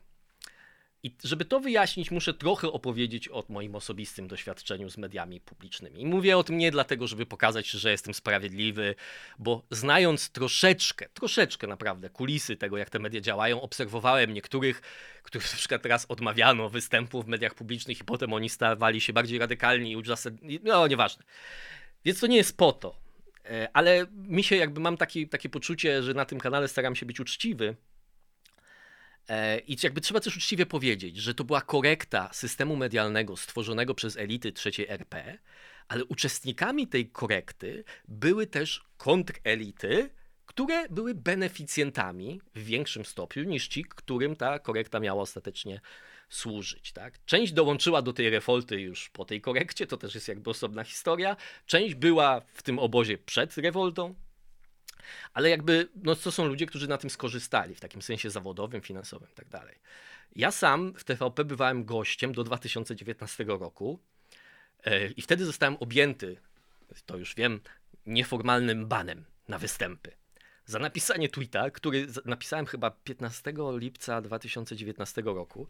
I żeby to wyjaśnić, muszę trochę opowiedzieć o moim osobistym doświadczeniu z mediami publicznymi. I mówię o tym nie dlatego, żeby pokazać, że jestem sprawiedliwy, bo znając troszeczkę, troszeczkę naprawdę kulisy tego, jak te media działają, obserwowałem niektórych, których na przykład teraz odmawiano występu w mediach publicznych i potem oni stawali się bardziej radykalni i uzasadnieni, no nieważne. Więc to nie jest po to. Ale mi się jakby mam taki, takie poczucie, że na tym kanale staram się być uczciwy. I jakby trzeba też uczciwie powiedzieć, że to była korekta systemu medialnego stworzonego przez elity trzeciej R P, ale uczestnikami tej korekty były też kontrelity, które były beneficjentami w większym stopniu niż ci, którym ta korekta miała ostatecznie służyć. Tak? Część dołączyła do tej rewolty już po tej korekcie, to też jest jakby osobna historia. Część była w tym obozie przed rewoltą, ale jakby no, to są ludzie, którzy na tym skorzystali w takim sensie zawodowym, finansowym i tak dalej. Ja sam w T V P bywałem gościem do dwa tysiące dziewiętnastego roku i wtedy zostałem objęty, to już wiem, nieformalnym banem na występy. Za napisanie tweeta, który napisałem chyba piętnastego lipca dwa tysiące dziewiętnastego roku,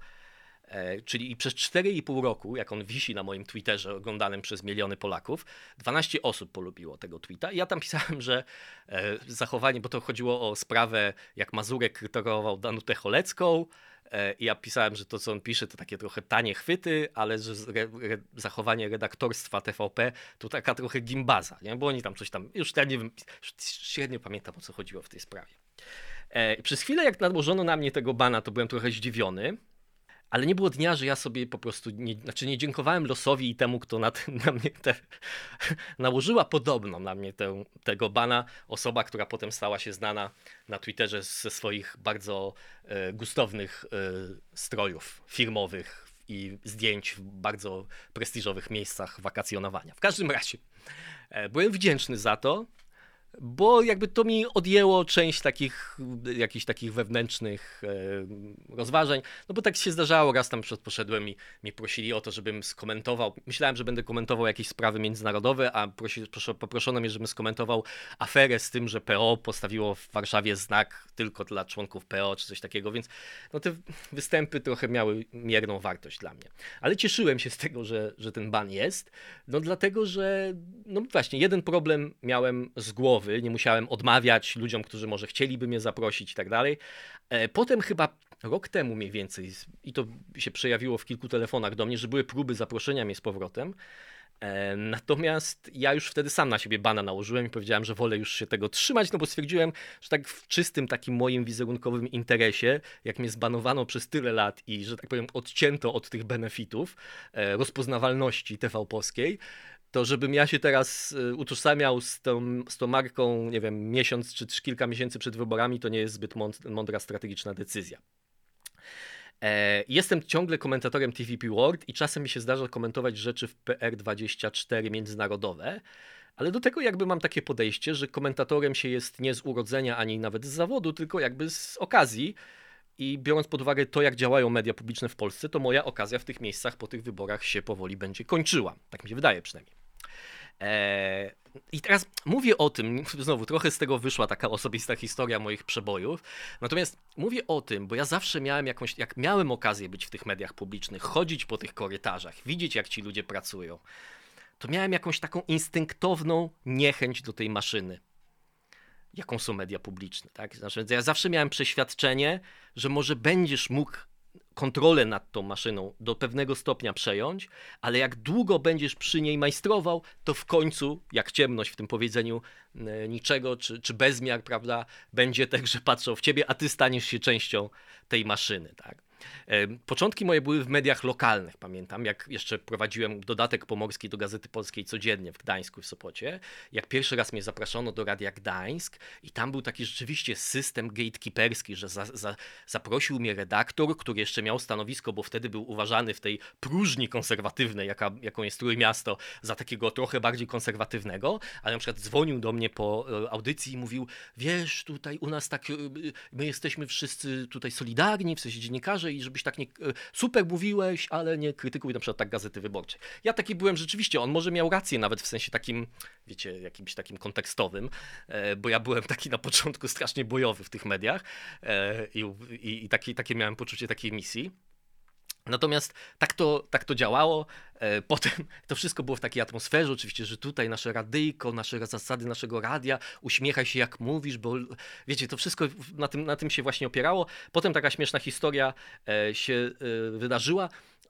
czyli przez cztery i pół roku, jak on wisi na moim Twitterze oglądanym przez miliony Polaków, dwanaście osób polubiło tego tweeta i ja tam pisałem, że zachowanie, bo to chodziło o sprawę, jak Mazurek krytykował Danutę Cholecką, i ja pisałem, że to, co on pisze, to takie trochę tanie chwyty, ale że re, re, zachowanie redaktorstwa T V P to taka trochę gimbaza, nie? Bo oni tam coś tam, już ja nie wiem, średnio pamiętam, o co chodziło w tej sprawie. E, przez chwilę, jak nałożono na mnie tego bana, to byłem trochę zdziwiony, ale nie było dnia, że ja sobie po prostu, nie, znaczy nie dziękowałem losowi i temu, kto na, na mnie te, nałożyła podobno na mnie te, tego bana osoba, która potem stała się znana na Twitterze ze swoich bardzo e, gustownych e, strojów firmowych i zdjęć w bardzo prestiżowych miejscach wakacjonowania. W każdym razie e, byłem wdzięczny za to, bo jakby to mi odjęło część takich, jakichś takich wewnętrznych e, rozważań, no bo tak się zdarzało, raz tam poszedłem i mnie prosili o to, żebym skomentował, myślałem, że będę komentował jakieś sprawy międzynarodowe, a prosi, poproszono mnie, żebym skomentował aferę z tym, że P O postawiło w Warszawie znak tylko dla członków P O, czy coś takiego, więc no te występy trochę miały mierną wartość dla mnie. Ale cieszyłem się z tego, że, że ten ban jest, no dlatego, że no właśnie, jeden problem miałem z głowy, nie musiałem odmawiać ludziom, którzy może chcieliby mnie zaprosić i tak dalej. Potem chyba rok temu mniej więcej, i to się przejawiło w kilku telefonach do mnie, że były próby zaproszenia mnie z powrotem. Natomiast ja już wtedy sam na siebie bana nałożyłem i powiedziałem, że wolę już się tego trzymać, no bo stwierdziłem, że tak w czystym takim moim wizerunkowym interesie, jak mnie zbanowano przez tyle lat i, że tak powiem, odcięto od tych benefitów, rozpoznawalności T V polskiej, to żebym ja się teraz utożsamiał z tą, z tą marką, nie wiem, miesiąc czy kilka miesięcy przed wyborami, to nie jest zbyt mądra strategiczna decyzja. Jestem ciągle komentatorem T V P World i czasem mi się zdarza komentować rzeczy w P R dwadzieścia cztery międzynarodowe, ale do tego jakby mam takie podejście, że komentatorem się jest nie z urodzenia ani nawet z zawodu, tylko jakby z okazji. I biorąc pod uwagę to, jak działają media publiczne w Polsce, to moja okazja w tych miejscach po tych wyborach się powoli będzie kończyła. Tak mi się wydaje przynajmniej. Eee, I teraz mówię o tym, znowu trochę z tego wyszła taka osobista historia moich przebojów, natomiast mówię o tym, bo ja zawsze miałem jakąś, jak miałem okazję być w tych mediach publicznych, chodzić po tych korytarzach, widzieć, jak ci ludzie pracują, to miałem jakąś taką instynktowną niechęć do tej maszyny, jaką są media publiczne. Tak? Znaczy, ja zawsze miałem przeświadczenie, że może będziesz mógł kontrolę nad tą maszyną do pewnego stopnia przejąć, ale jak długo będziesz przy niej majstrował, to w końcu, jak ciemność w tym powiedzeniu e, niczego, czy, czy bezmiar, prawda, będzie także patrzał w ciebie, a ty staniesz się częścią tej maszyny. Tak? E, początki moje były w mediach lokalnych, pamiętam, jak jeszcze prowadziłem dodatek pomorski do Gazety Polskiej codziennie w Gdańsku i w Sopocie, jak pierwszy raz mnie zapraszono do Radia Gdańsk i tam był taki rzeczywiście system gatekeeperski, że za, za, zaprosił mnie redaktor, który jeszcze miał stanowisko, bo wtedy był uważany w tej próżni konserwatywnej, jaka, jaką jest Trójmiasto, za takiego trochę bardziej konserwatywnego, ale na przykład dzwonił do mnie po audycji i mówił, wiesz, tutaj u nas tak, my jesteśmy wszyscy tutaj solidarni, w sensie dziennikarze, i żebyś tak nie, super mówiłeś, ale nie krytykuj na przykład tak Gazety Wyborczej. Ja taki byłem rzeczywiście, on może miał rację nawet w sensie takim, wiecie, jakimś takim kontekstowym, bo ja byłem taki na początku strasznie bojowy w tych mediach i, i, i taki, takie miałem poczucie takiej misji. Natomiast tak to, tak to działało. Potem to wszystko było w takiej atmosferze, oczywiście, że tutaj nasze radyjko, nasze zasady naszego radia, uśmiechaj się jak mówisz, bo wiecie, to wszystko na tym, na tym się właśnie opierało. Potem taka śmieszna historia się wydarzyła.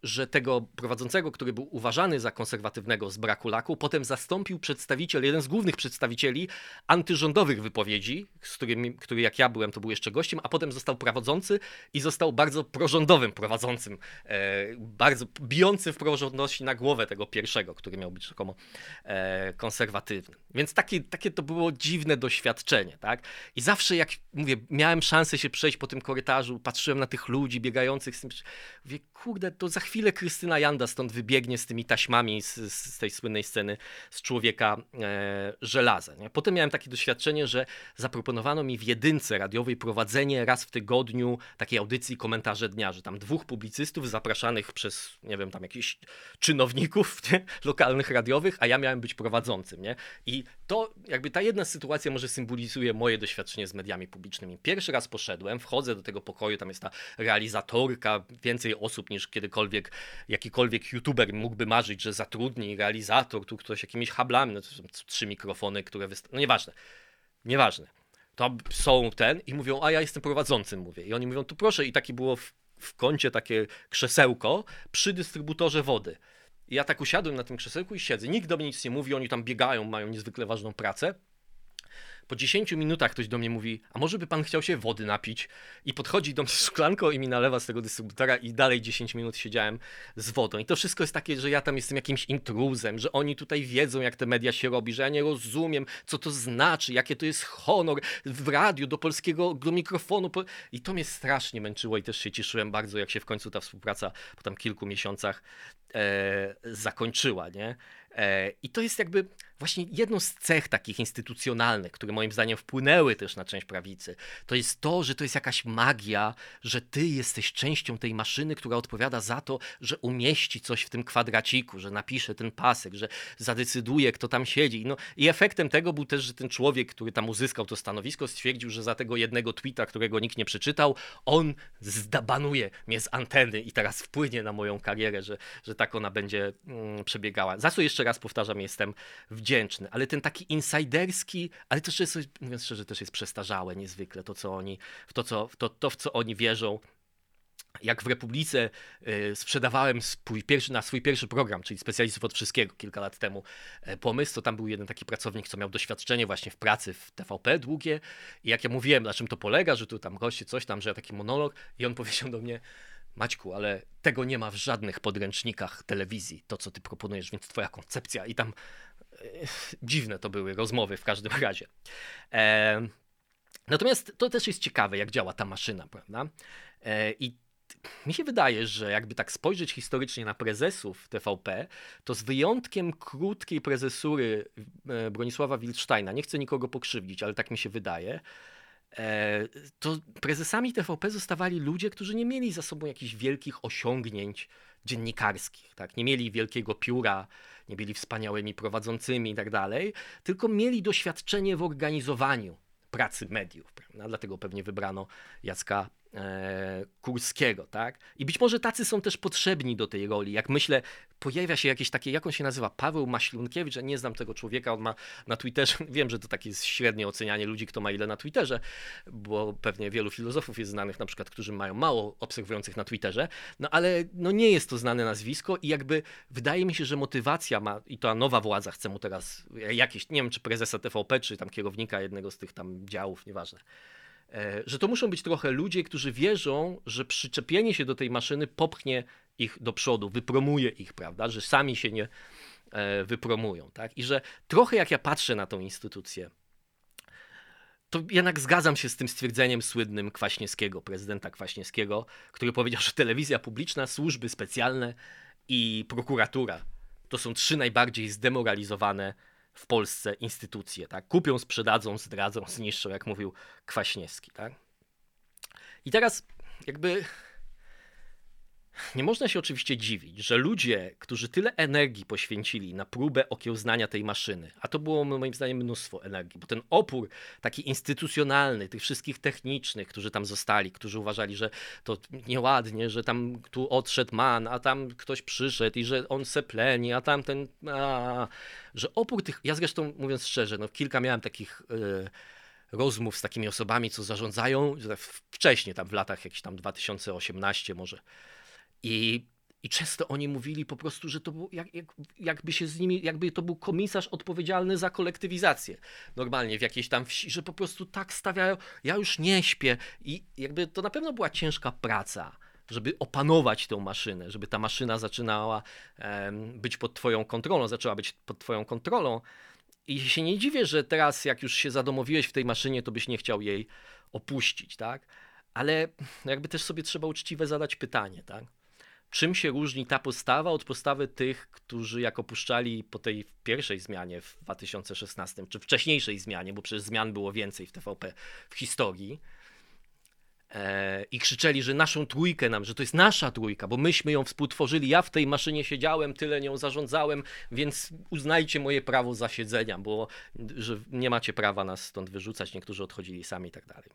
że tego prowadzącego, który był uważany za konserwatywnego z braku laku, potem zastąpił przedstawiciel, jeden z głównych przedstawicieli antyrządowych wypowiedzi, z którym, który jak ja byłem, to był jeszcze gościem, a potem został prowadzący i został bardzo prorządowym prowadzącym, e, bardzo bijący w praworządności na głowę tego pierwszego, który miał być rzekomo e, konserwatywny. Więc takie, takie to było dziwne doświadczenie, tak? I zawsze jak, mówię, miałem szansę się przejść po tym korytarzu, patrzyłem na tych ludzi biegających z tym, mówię, kurde, to za chwilę Krystyna Janda stąd wybiegnie z tymi taśmami z, z tej słynnej sceny z Człowieka e, żelaza. Nie? Potem miałem takie doświadczenie, że zaproponowano mi w jedynce radiowej prowadzenie raz w tygodniu takiej audycji Komentarze Dnia, że tam dwóch publicystów zapraszanych przez, nie wiem, tam jakichś czynowników nie? lokalnych radiowych, a ja miałem być prowadzącym. Nie? I to jakby ta jedna sytuacja może symbolizuje moje doświadczenie z mediami publicznymi. Pierwszy raz poszedłem, wchodzę do tego pokoju, tam jest ta realizatorka, więcej osób niż kiedykolwiek jakikolwiek youtuber mógłby marzyć, że zatrudni realizator, tu ktoś jakimiś hablami, no to są trzy mikrofony, które wystarczą. No nieważne, nieważne. To są ten i mówią, a ja jestem prowadzącym, mówię. I oni mówią, tu proszę, i takie było w, w kącie takie krzesełko przy dystrybutorze wody. I ja tak usiadłem na tym krzesełku i siedzę. Nikt do mnie nic nie mówi, oni tam biegają, mają niezwykle ważną pracę. Po dziesięciu minutach ktoś do mnie mówi, a może by pan chciał się wody napić? I podchodzi do mnie z szklanką i mi nalewa z tego dystrybutora i dalej dziesięć minut siedziałem z wodą. I to wszystko jest takie, że ja tam jestem jakimś intruzem, że oni tutaj wiedzą, jak te media się robi, że ja nie rozumiem, co to znaczy, jakie to jest honor w radiu do polskiego, do mikrofonu. I to mnie strasznie męczyło i też się cieszyłem bardzo, jak się w końcu ta współpraca po tam kilku miesiącach e, zakończyła, nie? I to jest jakby właśnie jedną z cech takich instytucjonalnych, które moim zdaniem wpłynęły też na część prawicy. To jest to, że to jest jakaś magia, że ty jesteś częścią tej maszyny, która odpowiada za to, że umieści coś w tym kwadraciku, że napisze ten pasek, że zadecyduje, kto tam siedzi. No i efektem tego był też, że ten człowiek, który tam uzyskał to stanowisko, stwierdził, że za tego jednego tweeta, którego nikt nie przeczytał, on zdabanuje mnie z anteny i teraz wpłynie na moją karierę, że, że tak ona będzie mm, przebiegała. Za co jeszcze raz powtarzam, jestem wdzięczny, ale ten taki insajderski, ale to jest, mówiąc szczerze, też jest przestarzałe niezwykle, to co oni, w to, co, w to, to w co oni wierzą. Jak w Republice y, sprzedawałem swój pierwszy, na swój pierwszy program, czyli Specjalistów od Wszystkiego kilka lat temu y, pomysł, to tam był jeden taki pracownik, co miał doświadczenie właśnie w pracy w T V P długie i jak ja mówiłem, na czym to polega, że tu tam goście coś tam, że ja taki monolog i on powiedział do mnie, Maćku, ale tego nie ma w żadnych podręcznikach telewizji, to co ty proponujesz, więc twoja koncepcja i tam e, dziwne to były rozmowy w każdym razie. E, natomiast to też jest ciekawe, jak działa ta maszyna, prawda? E, I mi się wydaje, że jakby tak spojrzeć historycznie na prezesów T V P, to z wyjątkiem krótkiej prezesury Bronisława Wildsteina, nie chcę nikogo pokrzywdzić, ale tak mi się wydaje, to prezesami T V P zostawali ludzie, którzy nie mieli za sobą jakichś wielkich osiągnięć dziennikarskich, tak? Nie mieli wielkiego pióra, nie byli wspaniałymi prowadzącymi i tak dalej, tylko mieli doświadczenie w organizowaniu pracy mediów, prawda? Dlatego pewnie wybrano Jacka e, Kurskiego, tak? I być może tacy są też potrzebni do tej roli. Jak myślę, pojawia się jakieś takie, jak on się nazywa, Paweł Maślunkiewicz, ja nie znam tego człowieka, on ma na Twitterze, wiem, że to takie jest średnie ocenianie ludzi, kto ma ile na Twitterze, bo pewnie wielu filozofów jest znanych, na przykład, którzy mają mało obserwujących na Twitterze, no ale no nie jest to znane nazwisko i jakby wydaje mi się, że motywacja ma, i ta nowa władza chce mu teraz jakieś, nie wiem, czy prezesa T V P, czy tam kierownika jednego z tych tam działów, nieważne, że to muszą być trochę ludzie, którzy wierzą, że przyczepienie się do tej maszyny popchnie ich do przodu, wypromuje ich, prawda, że sami się nie e, wypromują, tak, i że trochę jak ja patrzę na tą instytucję, to jednak zgadzam się z tym stwierdzeniem słynnym Kwaśniewskiego, prezydenta Kwaśniewskiego, który powiedział, że telewizja publiczna, służby specjalne i prokuratura to są trzy najbardziej zdemoralizowane w Polsce instytucje, tak, kupią, sprzedadzą, zdradzą, zniszczą, jak mówił Kwaśniewski, tak. I teraz jakby nie można się oczywiście dziwić, że ludzie, którzy tyle energii poświęcili na próbę okiełznania tej maszyny, a to było moim zdaniem mnóstwo energii, bo ten opór taki instytucjonalny, tych wszystkich technicznych, którzy tam zostali, którzy uważali, że to nieładnie, że tam tu odszedł man, a tam ktoś przyszedł i że on se pleni, a tamten, a, że opór tych, ja zresztą mówiąc szczerze, no kilka miałem takich yy, rozmów z takimi osobami, co zarządzają, wcześniej tam w latach jakichś tam dwa tysiące osiemnaście może. I I często oni mówili po prostu, że to był, jak, jak, jakby się z nimi, jakby to był komisarz odpowiedzialny za kolektywizację. Normalnie w jakiejś tam wsi, że po prostu tak stawiają, ja już nie śpię. I jakby to na pewno była ciężka praca, żeby opanować tę maszynę, żeby ta maszyna zaczynała um, być pod twoją kontrolą, zaczęła być pod twoją kontrolą. I się nie dziwię, że teraz jak już się zadomowiłeś w tej maszynie, to byś nie chciał jej opuścić, tak? Ale jakby też sobie trzeba uczciwe zadać pytanie, tak? Czym się różni ta postawa od postawy tych, którzy jak opuszczali po tej pierwszej zmianie w dwa tysiące szesnastym, czy wcześniejszej zmianie, bo przecież zmian było więcej w T V P w historii, e, i krzyczeli, że naszą trójkę nam, że to jest nasza trójka, bo myśmy ją współtworzyli, ja w tej maszynie siedziałem, tyle nią zarządzałem, więc uznajcie moje prawo zasiedzenia, bo że nie macie prawa nas stąd wyrzucać, niektórzy odchodzili sami i tak dalej.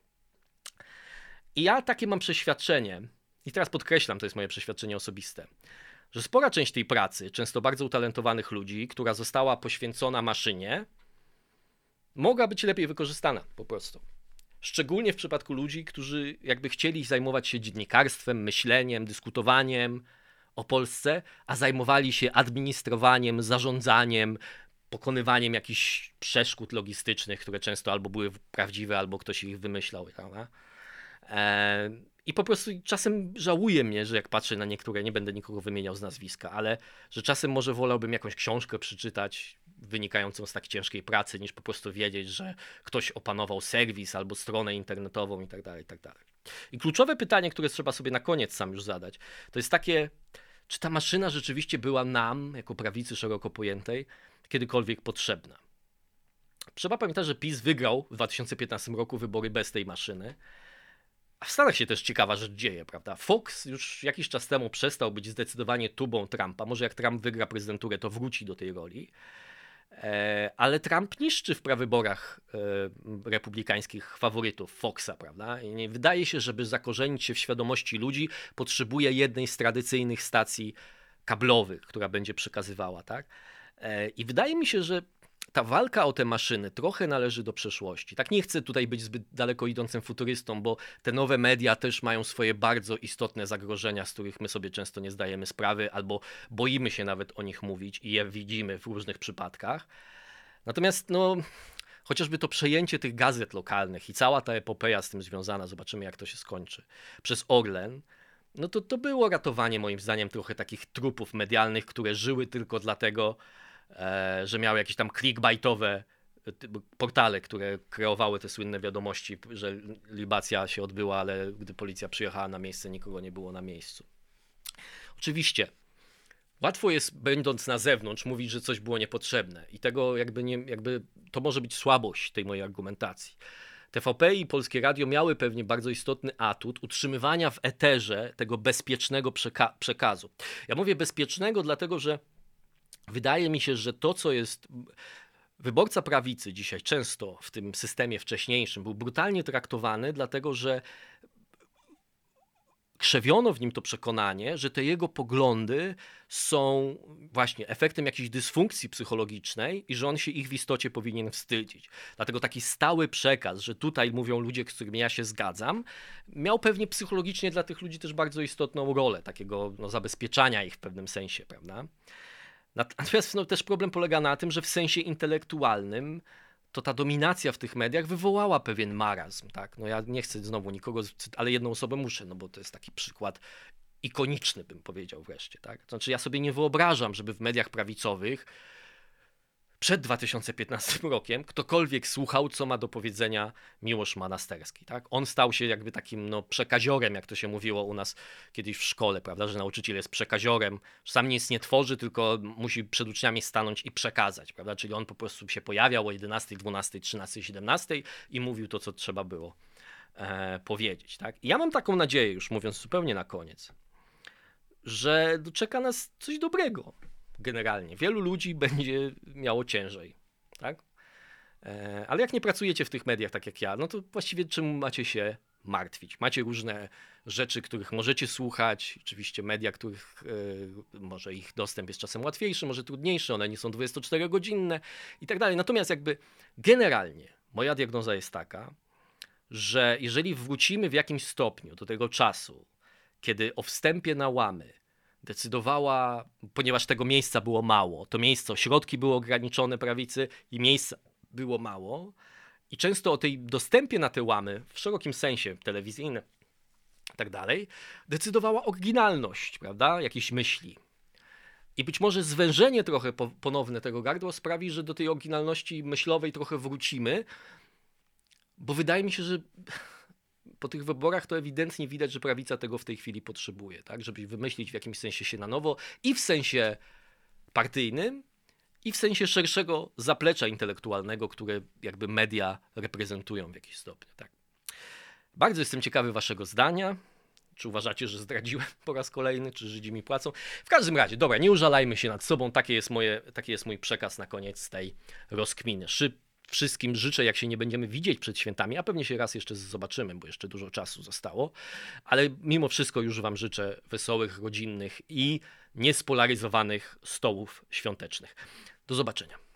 I ja takie mam przeświadczenie, i teraz podkreślam, to jest moje przeświadczenie osobiste, że spora część tej pracy, często bardzo utalentowanych ludzi, która została poświęcona maszynie, mogła być lepiej wykorzystana po prostu. Szczególnie w przypadku ludzi, którzy jakby chcieli zajmować się dziennikarstwem, myśleniem, dyskutowaniem o Polsce, a zajmowali się administrowaniem, zarządzaniem, pokonywaniem jakichś przeszkód logistycznych, które często albo były prawdziwe, albo ktoś ich wymyślał. Prawda? E, I po prostu czasem żałuję mnie, że jak patrzę na niektóre, nie będę nikogo wymieniał z nazwiska, ale że czasem może wolałbym jakąś książkę przeczytać wynikającą z tak ciężkiej pracy, niż po prostu wiedzieć, że ktoś opanował serwis albo stronę internetową i tak dalej, i tak dalej. I kluczowe pytanie, które trzeba sobie na koniec sam już zadać, to jest takie, czy ta maszyna rzeczywiście była nam, jako prawicy szeroko pojętej, kiedykolwiek potrzebna. Trzeba pamiętać, że PiS wygrał w dwa tysiące piętnastym roku wybory bez tej maszyny. A w Stanach się też ciekawa rzecz dzieje, prawda? Fox już jakiś czas temu przestał być zdecydowanie tubą Trumpa. Może jak Trump wygra prezydenturę, to wróci do tej roli. E, ale Trump niszczy w prawyborach e, republikańskich faworytów Foxa, prawda? I nie wydaje się, żeby zakorzenić się w świadomości ludzi, potrzebuje jednej z tradycyjnych stacji kablowych, która będzie przekazywała, tak? E, I wydaje mi się, że ta walka o te maszyny trochę należy do przeszłości. Tak, nie chcę tutaj być zbyt daleko idącym futurystą, bo te nowe media też mają swoje bardzo istotne zagrożenia, z których my sobie często nie zdajemy sprawy albo boimy się nawet o nich mówić i je widzimy w różnych przypadkach. Natomiast no, chociażby to przejęcie tych gazet lokalnych i cała ta epopeja z tym związana, zobaczymy jak to się skończy, przez Orlen, no to to było ratowanie moim zdaniem trochę takich trupów medialnych, które żyły tylko dlatego, że miały jakieś tam clickbaitowe portale, które kreowały te słynne wiadomości, że libacja się odbyła, ale gdy policja przyjechała na miejsce, nikogo nie było na miejscu. Oczywiście łatwo jest, będąc na zewnątrz, mówić, że coś było niepotrzebne i tego jakby, nie, jakby to może być słabość tej mojej argumentacji. T V P i Polskie Radio miały pewnie bardzo istotny atut utrzymywania w eterze tego bezpiecznego przeka- przekazu. Ja mówię bezpiecznego, dlatego że wydaje mi się, że to, co jest... Wyborca prawicy dzisiaj często w tym systemie wcześniejszym był brutalnie traktowany, dlatego że krzewiono w nim to przekonanie, że te jego poglądy są właśnie efektem jakiejś dysfunkcji psychologicznej i że on się ich w istocie powinien wstydzić. Dlatego taki stały przekaz, że tutaj mówią ludzie, z którymi ja się zgadzam, miał pewnie psychologicznie dla tych ludzi też bardzo istotną rolę, takiego no, zabezpieczania ich w pewnym sensie, prawda? Natomiast no, też problem polega na tym, że w sensie intelektualnym to ta dominacja w tych mediach wywołała pewien marazm. Tak? No ja nie chcę znowu nikogo, ale jedną osobę muszę, no bo to jest taki przykład ikoniczny, bym powiedział wreszcie. Tak? To znaczy ja sobie nie wyobrażam, żeby w mediach prawicowych przed dwa tysiące piętnastym rokiem ktokolwiek słuchał, co ma do powiedzenia Miłosz Monasterski. Tak? On stał się jakby takim no, przekaziorem, jak to się mówiło u nas kiedyś w szkole, prawda? Że nauczyciel jest przekaziorem, że sam nic nie tworzy, tylko musi przed uczniami stanąć i przekazać. Prawda? Czyli on po prostu się pojawiał o jedenastej, dwunastej, trzynastej, siedemnastej i mówił to, co trzeba było e, powiedzieć. Tak? I ja mam taką nadzieję, już mówiąc zupełnie na koniec, że czeka nas coś dobrego. Generalnie. Wielu ludzi będzie miało ciężej, tak? E, ale jak nie pracujecie w tych mediach tak jak ja, no to właściwie czym macie się martwić? Macie różne rzeczy, których możecie słuchać, oczywiście media, których e, może ich dostęp jest czasem łatwiejszy, może trudniejszy, one nie są dwudziestoczterogodzinne i tak dalej. Natomiast jakby generalnie moja diagnoza jest taka, że jeżeli wrócimy w jakimś stopniu do tego czasu, kiedy o wstępie na łamy decydowała, ponieważ tego miejsca było mało, to miejsce, środki były ograniczone prawicy i miejsca było mało i często o tej dostępie na te łamy, w szerokim sensie telewizyjnym i tak dalej, decydowała oryginalność, prawda, jakiejś myśli. I być może zwężenie trochę ponowne tego gardła sprawi, że do tej oryginalności myślowej trochę wrócimy, bo wydaje mi się, że po tych wyborach to ewidentnie widać, że prawica tego w tej chwili potrzebuje, tak? Żeby wymyślić w jakimś sensie się na nowo i w sensie partyjnym, i w sensie szerszego zaplecza intelektualnego, które jakby media reprezentują w jakiś stopniu. Tak? Bardzo jestem ciekawy waszego zdania. Czy uważacie, że zdradziłem po raz kolejny, czy Żydzi mi płacą? W każdym razie, dobra, nie użalajmy się nad sobą. Taki jest, moje, taki jest mój przekaz na koniec tej rozkminy. Szyb Wszystkim życzę, jak się nie będziemy widzieć przed świętami, a pewnie się raz jeszcze zobaczymy, bo jeszcze dużo czasu zostało, ale mimo wszystko już wam życzę wesołych, rodzinnych i niespolaryzowanych stołów świątecznych. Do zobaczenia.